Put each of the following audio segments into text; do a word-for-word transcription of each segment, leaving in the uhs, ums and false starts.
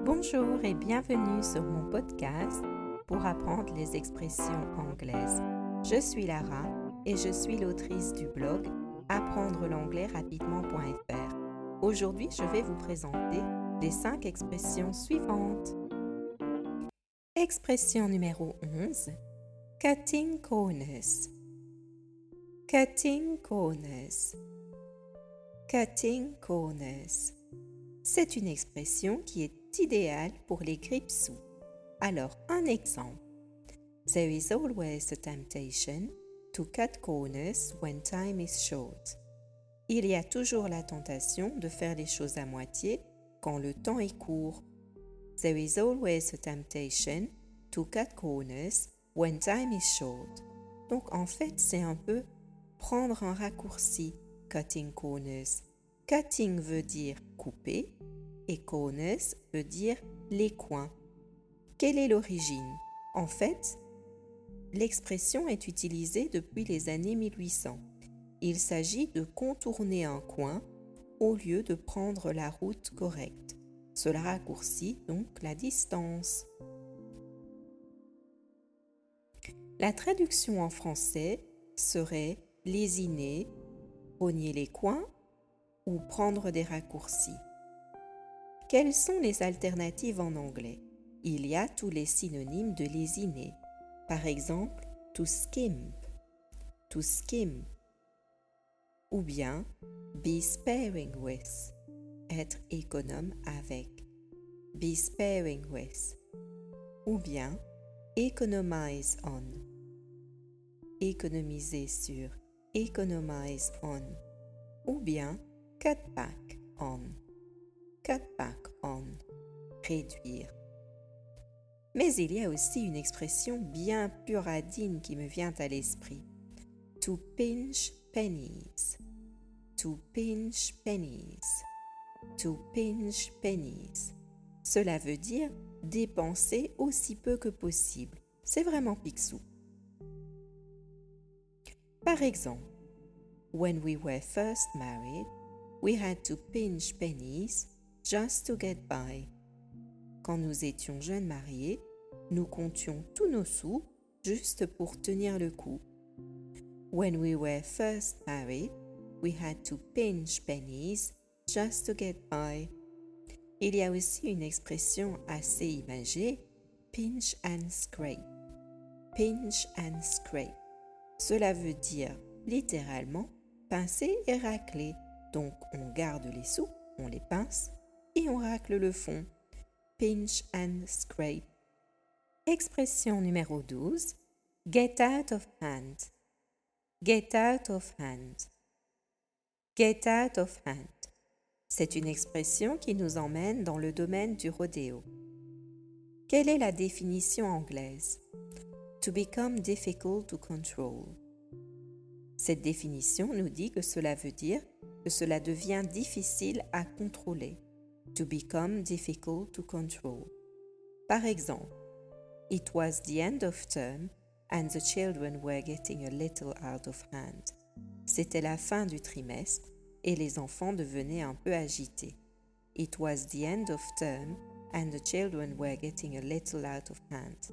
Bonjour et bienvenue sur mon podcast pour apprendre les expressions anglaises. Je suis Lara et je suis l'autrice du blog apprendre l'anglais rapidement point f r. Aujourd'hui, je vais vous présenter les cinq expressions suivantes. Expression numéro onze, cutting corners. Cutting corners. Cutting corners. C'est une expression qui est idéale pour les grippes sous. Alors, un exemple. There is always a temptation to cut corners when time is short. Il y a toujours la tentation de faire les choses à moitié quand le temps est court. There is always a temptation to cut corners when time is short. Donc, en fait, c'est un peu prendre un raccourci, cutting corners. Cutting veut dire couper et corners veut dire les coins. Quelle est l'origine? En fait, l'expression est utilisée depuis les années mille huit cents. Il s'agit de contourner un coin au lieu de prendre la route correcte. Cela raccourcit donc la distance. La traduction en français serait lésiner, rogner les coins ou prendre des raccourcis. Quelles sont les alternatives en anglais? Il y a tous les synonymes de lésiner. Par exemple, to skimp, to skim. Ou bien, be sparing with, être économe avec, be sparing with. Ou bien, economize on, économiser sur, economize on. Ou bien, cut back on. Cut back on, réduire. Mais il y a aussi une expression bien plus radine qui me vient à l'esprit. To pinch pennies. To pinch pennies. To pinch pennies. Cela veut dire dépenser aussi peu que possible. C'est vraiment Picsou. Par exemple, when we were first married, we had to pinch pennies just to get by. Quand nous étions jeunes mariés, nous comptions tous nos sous juste pour tenir le coup. When we were first married, we had to pinch pennies just to get by. Il y a aussi une expression assez imagée, pinch and scrape. Pinch and scrape. Cela veut dire littéralement pincer et racler. Donc on garde les sous, on les pince et on racle le fond. Pinch and scrape. Expression numéro douze. Get out of hand. Get out of hand. Get out of hand. C'est une expression qui nous emmène dans le domaine du rodéo. Quelle est la définition anglaise? To become difficult to control. Cette définition nous dit que cela veut dire que cela devient difficile à contrôler. To become difficult to control. Par exemple, it was the end of term and the children were getting a little out of hand. C'était la fin du trimestre et les enfants devenaient un peu agités. It was the end of term and the children were getting a little out of hand.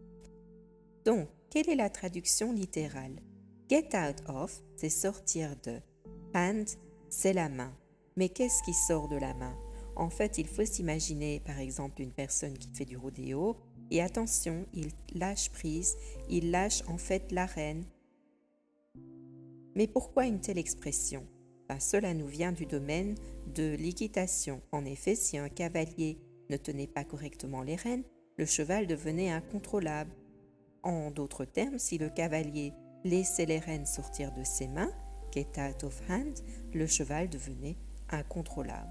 Donc, quelle est la traduction littérale? Get out of, c'est sortir de. Hand, c'est la main. Mais qu'est-ce qui sort de la main? En fait, il faut s'imaginer, par exemple, une personne qui fait du rodéo et attention, il lâche prise, il lâche en fait l'arène. Mais pourquoi une telle expression? Ben, cela nous vient du domaine de l'équitation. En effet, si un cavalier ne tenait pas correctement les rênes, le cheval devenait incontrôlable. En d'autres termes, si le cavalier laissait les rênes sortir de ses mains, get out of hand, le cheval devenait incontrôlable.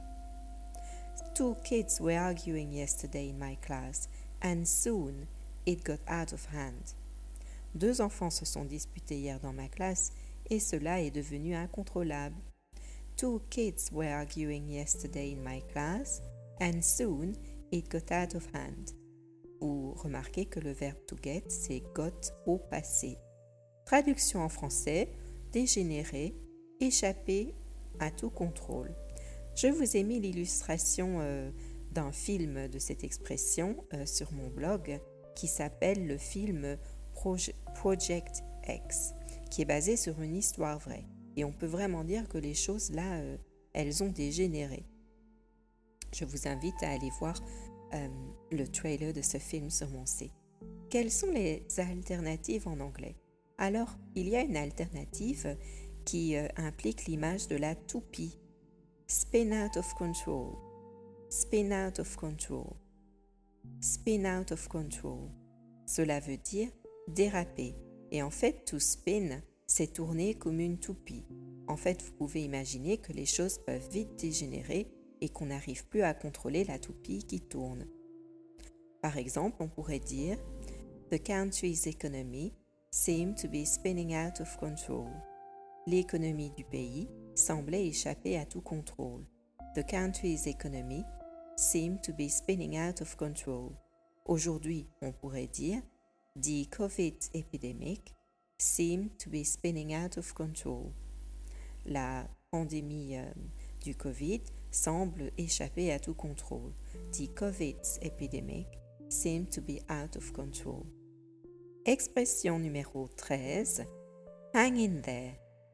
Two kids were arguing yesterday in my class, and soon it got out of hand. Deux enfants se sont disputés hier dans ma classe, et cela est devenu incontrôlable. Two kids were arguing yesterday in my class, and soon it got out of hand. Vous remarquez que le verbe to get, c'est got au passé. Traduction en français, dégénérer, échapper à tout contrôle. Je vous ai mis l'illustration euh, d'un film de cette expression euh, sur mon blog qui s'appelle le film Proje- Project X, qui est basé sur une histoire vraie. Et on peut vraiment dire que les choses là, euh, elles ont dégénéré. Je vous invite à aller voir euh, le trailer de ce film sur mon site. Quelles sont les alternatives en anglais? Alors, il y a une alternative qui euh, implique l'image de la toupie. Spin out of control. Spin out of control. Spin out of control. Cela veut dire déraper. Et en fait, to spin, c'est tourner comme une toupie. En fait, vous pouvez imaginer que les choses peuvent vite dégénérer et qu'on n'arrive plus à contrôler la toupie qui tourne. Par exemple, on pourrait dire The country's economy seemed to be spinning out of control. L'économie du pays semblait échapper à tout contrôle. The country's economy seemed to be spinning out of control. Aujourd'hui, on pourrait dire The COVID epidemic seemed to be spinning out of control. La pandémie euh, du Covid semble échapper à tout contrôle. The COVID epidemic seemed to be out of control. Expression numéro treize. Hang in there.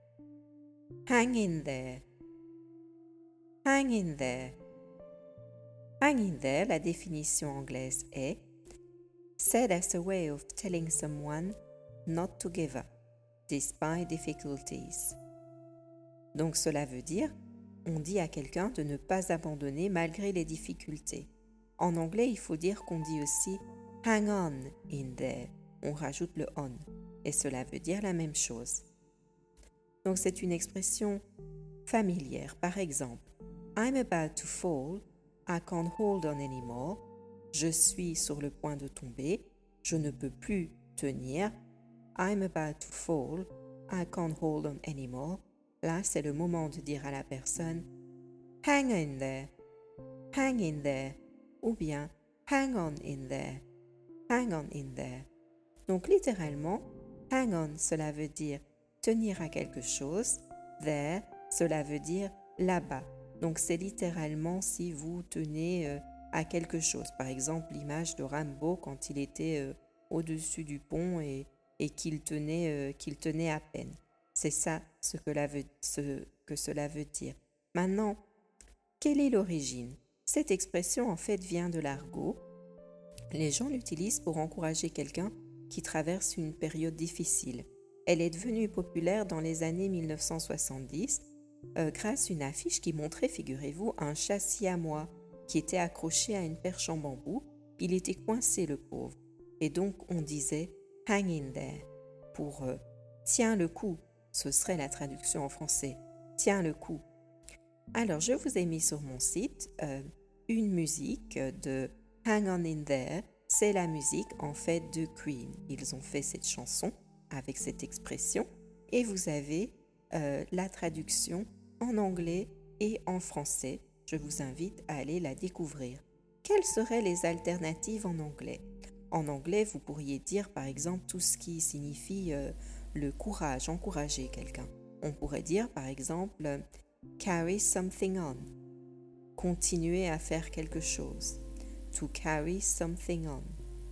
Hang in there. Hang in there. Hang in there, la définition anglaise est said as a way of telling someone not to give up, despite difficulties. Donc cela veut dire, on dit à quelqu'un de ne pas abandonner malgré les difficultés. En anglais, il faut dire qu'on dit aussi hang on in there. On rajoute le on et cela veut dire la même chose. Donc c'est une expression familière. Par exemple, I'm about to fall, I can't hold on anymore. Je suis sur le point de tomber, je ne peux plus tenir. I'm about to fall, I can't hold on anymore. Là, c'est le moment de dire à la personne hang in there, hang in there, ou bien hang on in there, hang on in there. Donc littéralement, hang on, cela veut dire tenir à quelque chose, there, cela veut dire là-bas. Donc c'est littéralement si vous tenez euh, à quelque chose. Par exemple, l'image de Rambo quand il était euh, au-dessus du pont et, et qu'il tenait, euh, qu'il tenait à peine. C'est ça ce que, la veut, ce que cela veut dire. Maintenant, quelle est l'origine? Cette expression en fait vient de l'argot. Les gens l'utilisent pour encourager quelqu'un qui traverse une période difficile. Elle est devenue populaire dans les années mille neuf cent soixante-dix euh, grâce à une affiche qui montrait, figurez-vous, un chat siamois qui était accroché à une perche en bambou. Il était coincé, le pauvre. Et donc, on disait « hang in there » pour euh, « tiens le coup ». Ce serait la traduction en français « tiens le coup ». Alors, je vous ai mis sur mon site euh, une musique de « hang on in there ». C'est la musique en fait de Queen. Ils ont fait cette chanson avec cette expression et vous avez euh, la traduction en anglais et en français. Je vous invite à aller la découvrir. Quelles seraient les alternatives en anglais? En anglais, vous pourriez dire par exemple tout ce qui signifie euh, le courage, encourager quelqu'un. On pourrait dire par exemple carry something on, continuer à faire quelque chose. To carry something on.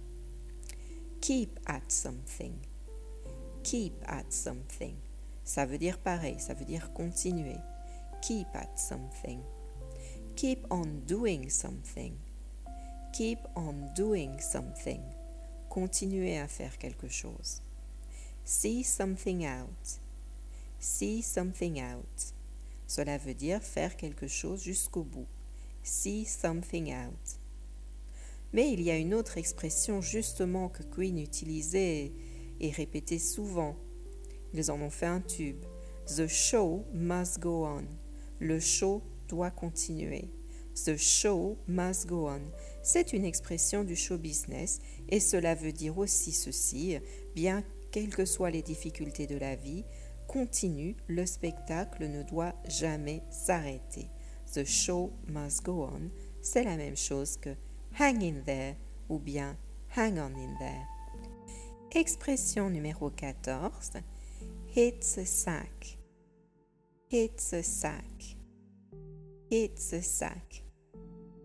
Keep at something. Keep at something. Ça veut dire pareil, ça veut dire continuer. Keep at something. Keep on doing something. Keep on doing something. Continuer à faire quelque chose. See something out. See something out. Cela veut dire faire quelque chose jusqu'au bout. See something out. Mais il y a une autre expression justement que Queen utilisait et répétait souvent. Ils en ont fait un tube. The show must go on. Le show doit continuer. The show must go on. C'est une expression du show business et cela veut dire aussi ceci, bien quelles que soient les difficultés de la vie, continue, le spectacle ne doit jamais s'arrêter. The show must go on, c'est la même chose que hang in there ou bien hang on in there. Expression numéro quatorze. Hit the sack. Hit the sack. Hit the sack.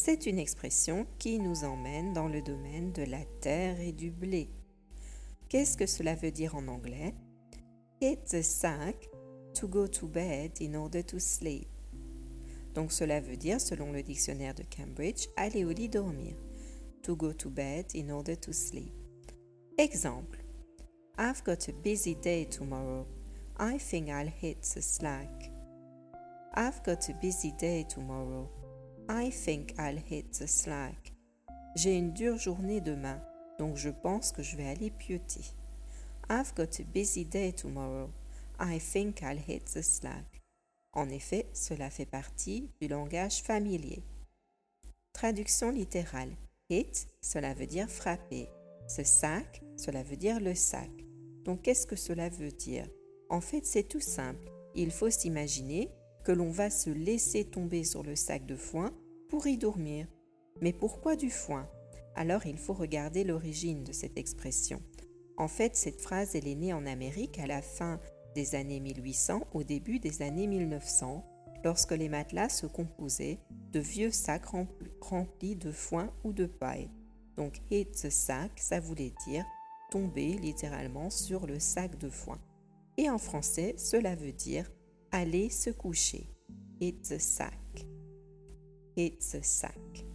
C'est une expression qui nous emmène dans le domaine de la terre et du blé. Qu'est-ce que cela veut dire en anglais? Hit the sack to go to bed in order to sleep. Donc cela veut dire, selon le dictionnaire de Cambridge, aller au lit dormir. To go to bed in order to sleep. Exemple. I've got a busy day tomorrow. I think I'll hit the slack. I've got a busy day tomorrow. I think I'll hit the slack. J'ai une dure journée demain, donc je pense que je vais aller pieuter. I've got a busy day tomorrow. I think I'll hit the slack. En effet, cela fait partie du langage familier. Traduction littérale. Hit, cela veut dire frapper. The sack, cela veut dire le sac. Donc, qu'est-ce que cela veut dire? En fait, c'est tout simple. Il faut s'imaginer que l'on va se laisser tomber sur le sac de foin pour y dormir. Mais pourquoi du foin? Alors, il faut regarder l'origine de cette expression. En fait, cette phrase, elle est née en Amérique à la fin des années mille huit cents, au début des années mille neuf cents, lorsque les matelas se composaient de vieux sacs remplis, remplis de foin ou de paille. Donc, hit the sack, ça voulait dire tomber littéralement sur le sac de foin. Et en français, cela veut dire aller se coucher. Hit the sack. Hit the sack.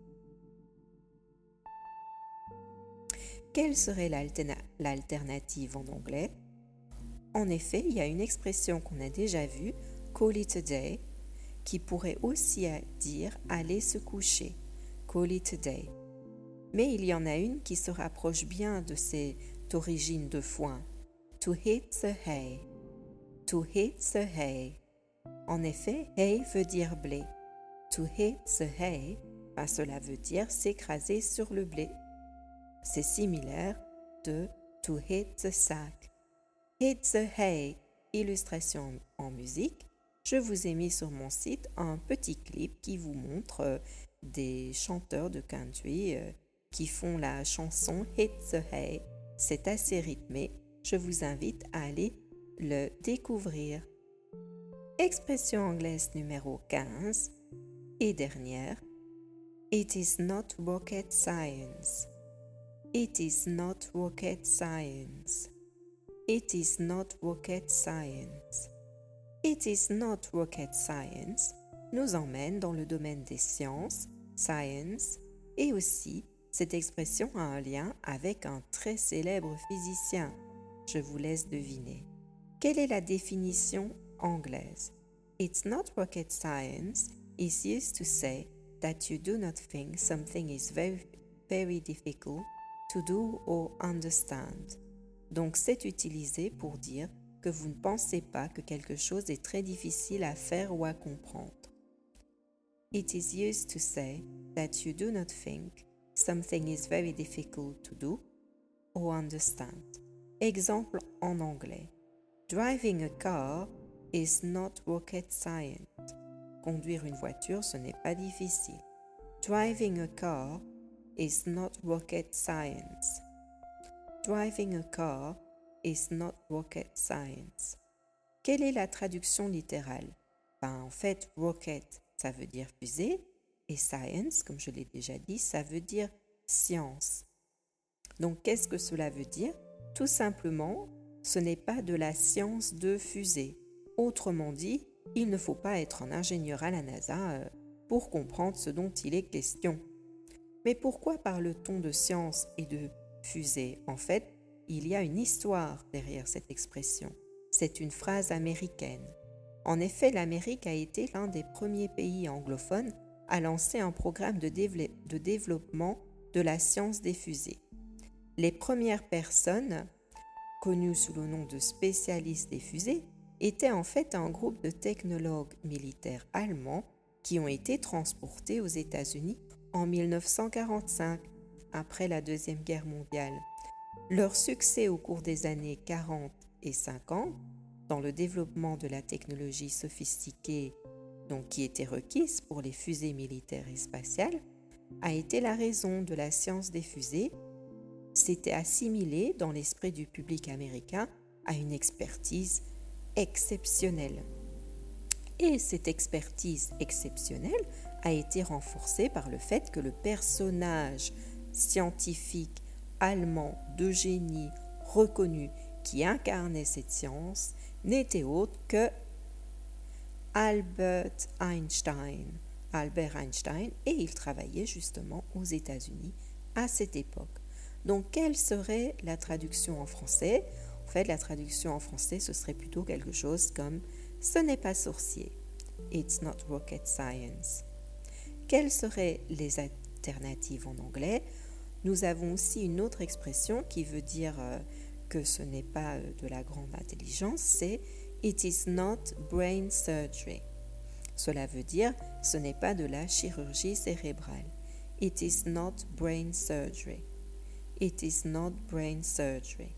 Quelle serait l'alterna- l'alternative en anglais? En effet, il y a une expression qu'on a déjà vue, call it a day, qui pourrait aussi dire aller se coucher. Call it a day. Mais il y en a une qui se rapproche bien de cette origine de foin. To hit the hay. To hit the hay. En effet, hay veut dire blé. To hit the hay, ben cela veut dire s'écraser sur le blé. C'est similaire de to hit the sack. Hit the hay, illustration en musique. Je vous ai mis sur mon site un petit clip qui vous montre euh, des chanteurs de country euh, qui font la chanson Hit the Hay. C'est assez rythmé. Je vous invite à aller le découvrir. Expression anglaise numéro quinze et dernière. It is not rocket science. It is not rocket science. It is not rocket science. It is not rocket science nous emmène dans le domaine des sciences, science, et aussi cette expression a un lien avec un très célèbre physicien. Je vous laisse deviner. Quelle est la définition anglaise? It's not rocket science is used to say that you do not think something is very, very difficult to do or understand. Donc, c'est utilisé pour dire que vous ne pensez pas que quelque chose est très difficile à faire ou à comprendre. It is used to say that you do not think something is very difficult to do or understand. Exemple en anglais. Driving a car is not rocket science. Conduire une voiture, ce n'est pas difficile. Driving a car is not rocket science. Driving a car is not rocket science. Quelle est la traduction littérale? Ben, en fait, rocket, ça veut dire fusée, et science, comme je l'ai déjà dit, ça veut dire science. Donc, qu'est-ce que cela veut dire? Tout simplement, ce n'est pas de la science de fusée. Autrement dit, il ne faut pas être un ingénieur à la NASA pour comprendre ce dont il est question. Mais pourquoi parle-t-on de science et de fusée? En fait, il y a une histoire derrière cette expression. C'est une phrase américaine. En effet, l'Amérique a été l'un des premiers pays anglophones à lancer un programme de, dévelop- de développement de la science des fusées. Les premières personnes, connues sous le nom de spécialistes des fusées, étaient en fait un groupe de technologues militaires allemands qui ont été transportés aux États-Unis en mille neuf cent quarante-cinq, après la Deuxième Guerre mondiale. Leur succès au cours des années quarante et cinquante, dans le développement de la technologie sophistiquée donc qui était requise pour les fusées militaires et spatiales, a été la raison de la science des fusées. C'était assimilé dans l'esprit du public américain à une expertise exceptionnelle. Et cette expertise exceptionnelle a été renforcée par le fait que le personnage scientifique allemand de génie reconnu qui incarnait cette science n'était autre que Albert Einstein. Albert Einstein, et il travaillait justement aux États-Unis à cette époque. Donc, quelle serait la traduction en français? En fait, la traduction en français, ce serait plutôt quelque chose comme « ce n'est pas sorcier ». It's not rocket science. Quelles seraient les alternatives en anglais? Nous avons aussi une autre expression qui veut dire euh, que ce n'est pas euh, de la grande intelligence, c'est « it is not brain surgery ». Cela veut dire « ce n'est pas de la chirurgie cérébrale ». It is not brain surgery. It is not brain surgery.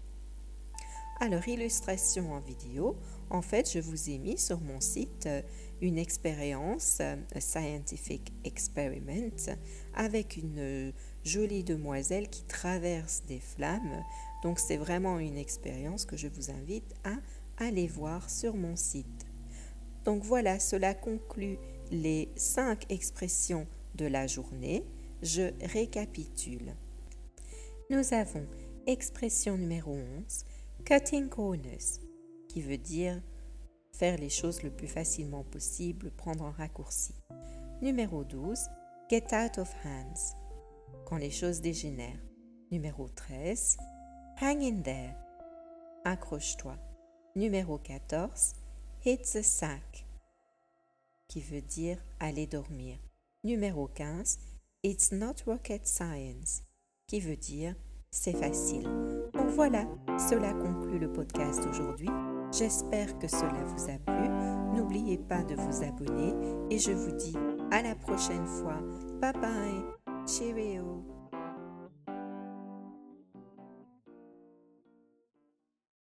Alors, illustration en vidéo, en fait, je vous ai mis sur mon site une expérience, a scientific experiment, avec une jolie demoiselle qui traverse des flammes. Donc, c'est vraiment une expérience que je vous invite à aller voir sur mon site. Donc voilà, cela conclut les cinq expressions de la journée. Je récapitule. Nous avons expression numéro onze, cutting corners, qui veut dire faire les choses le plus facilement possible, prendre un raccourci. Numéro douze, get out of hands, quand les choses dégénèrent. Numéro treize, hang in there, accroche-toi. Numéro quatorze, hit the sack, qui veut dire aller dormir. Numéro quinze, it's not rocket science, qui veut dire c'est facile. Donc voilà, cela conclut le podcast d'aujourd'hui. J'espère que cela vous a plu. N'oubliez pas de vous abonner et je vous dis à la prochaine fois. Bye bye. Cheerio.